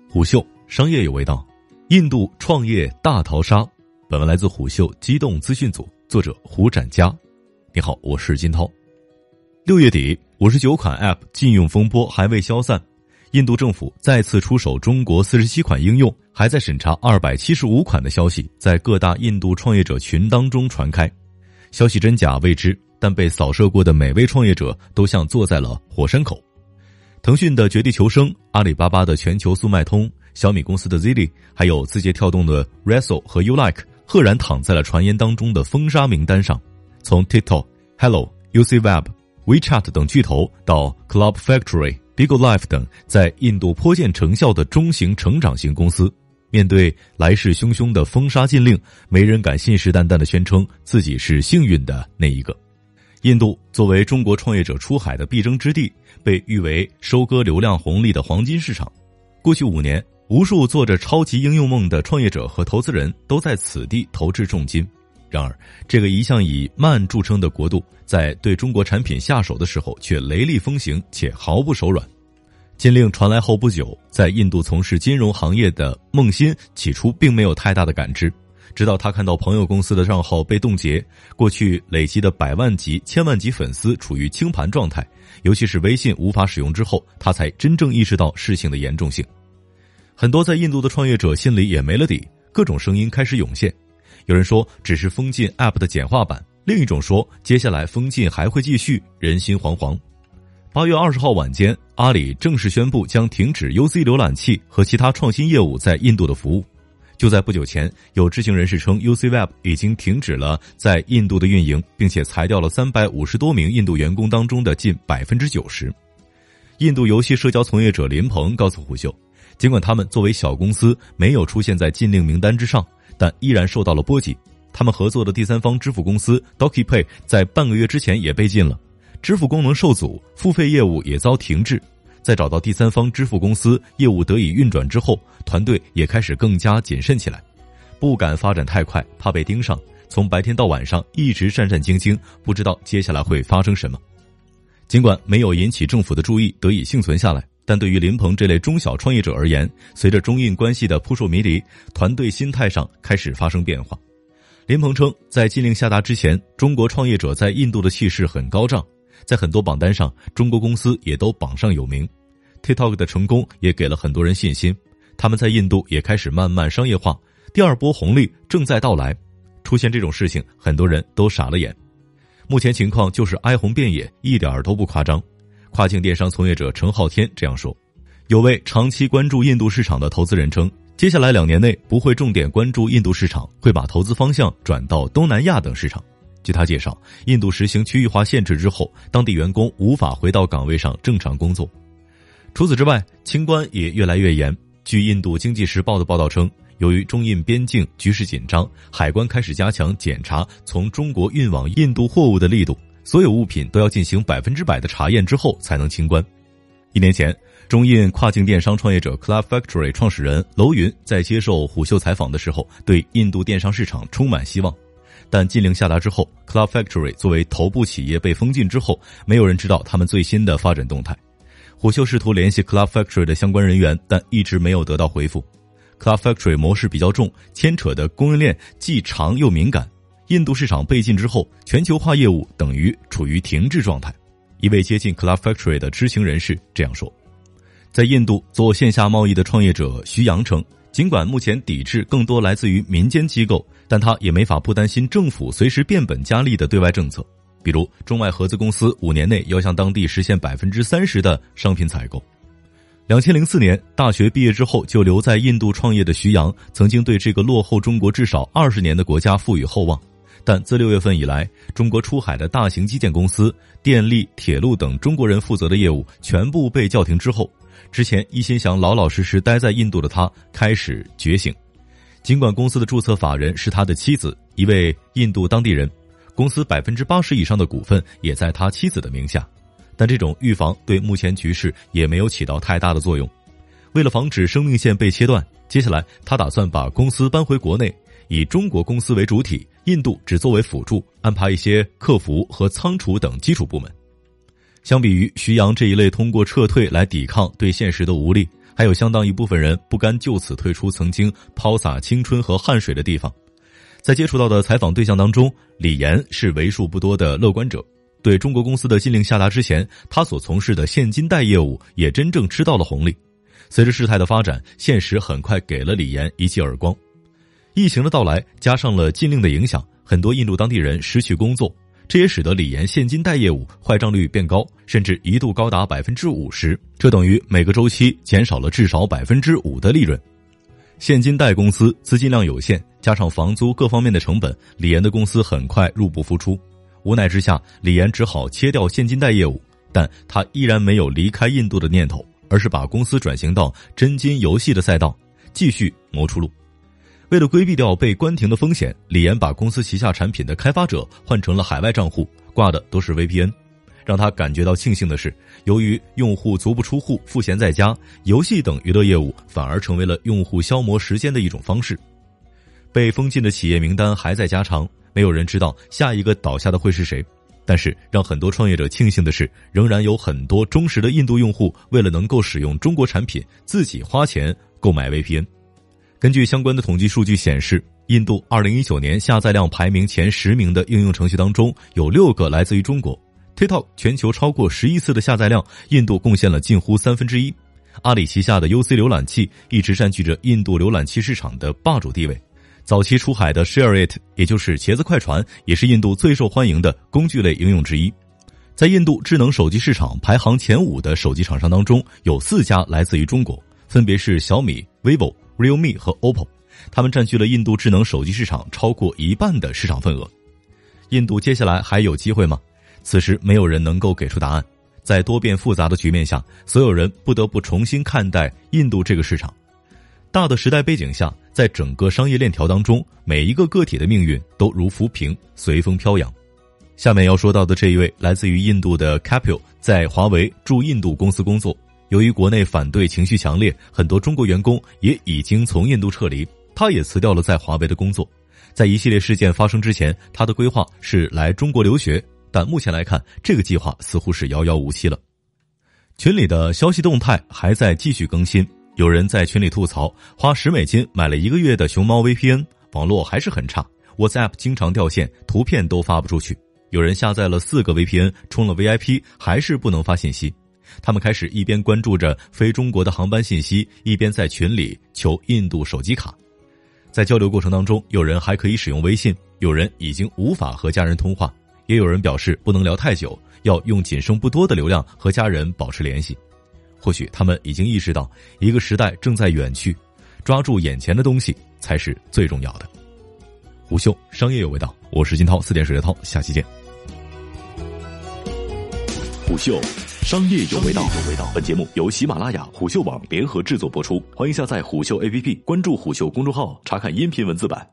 虎嗅商业有味道，印度创业大逃杀。本文来自虎嗅机动资讯组，作者胡展佳。你好，我是金涛。6月底，59款 App 禁用风波还未消散，印度政府再次出手中国47款应用，还在审查275款的消息在各大印度创业者群当中传开。消息真假未知，但被扫射过的每位创业者都像坐在了火山口。腾讯的绝地求生，阿里巴巴的全球速卖通，小米公司的 Zili， 还有字节跳动的 Resso 和 YouLike， 赫然躺在了传言当中的封杀名单上。从 TikTok、Hello、UCWeb、WeChat 等巨头到 Club Factory、Bigo Life 等在印度颇见成效的中型成长型公司，面对来势汹汹的封杀禁令，没人敢信誓旦旦地宣称自己是幸运的那一个。印度作为中国创业者出海的必争之地，被誉为收割流量红利的黄金市场。过去5年，无数做着超级应用梦的创业者和投资人都在此地投掷重金。然而，这个一向以慢著称的国度，在对中国产品下手的时候却雷厉风行且毫不手软。禁令传来后不久，在印度从事金融行业的孟欣起初并没有太大的感知，直到他看到朋友公司的账号被冻结，过去累积的100万级、1000万级粉丝处于清盘状态，尤其是微信无法使用之后，他才真正意识到事情的严重性。很多在印度的创业者心里也没了底，各种声音开始涌现。有人说只是封禁 App 的简化版，另一种说接下来封禁还会继续，人心惶惶。8月20号晚间，阿里正式宣布将停止 UC 浏览器和其他创新业务在印度的服务。就在不久前，有知情人士称 UCWeb 已经停止了在印度的运营，并且裁掉了350多名印度员工当中的近 90%。 印度游戏社交从业者林鹏告诉虎嗅，尽管他们作为小公司没有出现在禁令名单之上，但依然受到了波及。他们合作的第三方支付公司 DokiPay 在半个月之前也被禁了，支付功能受阻，付费业务也遭停滞。在找到第三方支付公司，业务得以运转之后，团队也开始更加谨慎起来，不敢发展太快，怕被盯上，从白天到晚上一直战战兢兢，不知道接下来会发生什么。尽管没有引起政府的注意，得以幸存下来，但对于林鹏这类中小创业者而言，随着中印关系的扑朔迷离，团队心态上开始发生变化。林鹏称，在禁令下达之前，中国创业者在印度的气势很高涨，在很多榜单上，中国公司也都榜上有名。TikTok 的成功也给了很多人信心，他们在印度也开始慢慢商业化，第二波红利正在到来。出现这种事情，很多人都傻了眼。目前情况就是哀鸿遍野，一点都不夸张。跨境电商从业者陈浩天这样说。有位长期关注印度市场的投资人称，接下来2年内不会重点关注印度市场，会把投资方向转到东南亚等市场。据他介绍，印度实行区域化限制之后，当地员工无法回到岗位上正常工作。除此之外，清关也越来越严。据印度经济时报的报道称，由于中印边境局势紧张，海关开始加强检查从中国运往印度货物的力度，所有物品都要进行100%的查验之后才能清关。1年前，中印跨境电商创业者 Club Factory 创始人楼云在接受虎嗅采访的时候，对印度电商市场充满希望。但禁令下达之后， Club Factory 作为头部企业被封禁之后，没有人知道他们最新的发展动态。虎嗅试图联系 Club Factory 的相关人员，但一直没有得到回复。Club Factory 模式比较重，牵扯的供应链既长又敏感。印度市场被禁之后，全球化业务等于处于停滞状态。一位接近 Club Factory 的知情人士这样说。在印度做线下贸易的创业者徐阳称，尽管目前抵制更多来自于民间机构，但他也没法不担心政府随时变本加厉的对外政策。比如中外合资公司5年内要向当地实现 30% 的商品采购。2004年大学毕业之后就留在印度创业的徐阳，曾经对这个落后中国至少20年的国家赋予厚望。但自6月份以来，中国出海的大型基建公司、电力、铁路等中国人负责的业务全部被叫停之后，之前一心想老老实实待在印度的他开始觉醒。尽管公司的注册法人是他的妻子，一位印度当地人，公司 80% 以上的股份也在他妻子的名下，但这种预防对目前局势也没有起到太大的作用。为了防止生命线被切断，接下来他打算把公司搬回国内，以中国公司为主体，印度只作为辅助，安排一些客服和仓储等基础部门。相比于徐阳这一类通过撤退来抵抗对现实的无力， 还有相当一部分人不甘就此退出曾经抛洒青春和汗水的地方。在接触到的采访对象当中，李岩是为数不多的乐观者。对中国公司的禁令下达之前，他所从事的现金贷业务也真正吃到了红利。随着事态的发展，现实很快给了李岩一记耳光。疫情的到来加上了禁令的影响，很多印度当地人失去工作，这也使得李岩现金贷业务坏账率变高，甚至一度高达 50%， 这等于每个周期减少了至少 5% 的利润。现金贷公司资金量有限，加上房租各方面的成本，李岩的公司很快入不敷出。无奈之下，李岩只好切掉现金贷业务，但他依然没有离开印度的念头，而是把公司转型到真金游戏的赛道，继续谋出路。为了规避掉被关停的风险，李岩把公司旗下产品的开发者换成了海外账户，挂的都是 VPN。让他感觉到庆幸的是，由于用户足不出户，赋闲在家，游戏等娱乐业务反而成为了用户消磨时间的一种方式。被封禁的企业名单还在加长，没有人知道下一个倒下的会是谁。但是让很多创业者庆幸的是，仍然有很多忠实的印度用户为了能够使用中国产品，自己花钱购买 VPN。根据相关的统计数据显示，印度2019年下载量排名前10名的应用程序当中，有6个来自于中国。TikTok 全球超过10亿次的下载量，印度贡献了近乎1/3。阿里旗下的 UC 浏览器一直占据着印度浏览器市场的霸主地位。早期出海的 ShareIt， 也就是茄子快传，也是印度最受欢迎的工具类应用之一。在印度智能手机市场排行前5的手机厂商当中，有4家来自于中国，分别是小米、vivo、realme 和 OPPO， 他们占据了印度智能手机市场超过1半的市场份额。印度接下来还有机会吗？此时没有人能够给出答案。在多变复杂的局面下，所有人不得不重新看待印度这个市场。大的时代背景下，在整个商业链条当中，每一个个体的命运都如浮萍，随风飘扬。下面要说到的这一位来自于印度的 Kapil， 在华为驻印度公司工作。由于国内反对情绪强烈，很多中国员工也已经从印度撤离，他也辞掉了在华为的工作。在一系列事件发生之前，他的规划是来中国留学，但目前来看，这个计划似乎是遥遥无期了。群里的消息动态还在继续更新，有人在群里吐槽，花$10买了1个月的熊猫 VPN， 网络还是很差， WhatsApp 经常掉线，图片都发不出去。有人下载了4个 VPN， 充了 VIP， 还是不能发信息。他们开始一边关注着非中国的航班信息，一边在群里求印度手机卡。在交流过程当中，有人还可以使用微信，有人已经无法和家人通话，也有人表示不能聊太久，要用仅剩不多的流量和家人保持联系。或许他们已经意识到，一个时代正在远去，抓住眼前的东西才是最重要的。虎嗅商业有味道，我是金涛，4点水的涛，下期见。 虎嗅商业有味道，本节目由喜马拉雅、虎嗅网联合制作播出，欢迎下载虎嗅 APP， 关注虎嗅公众号，查看音频文字版。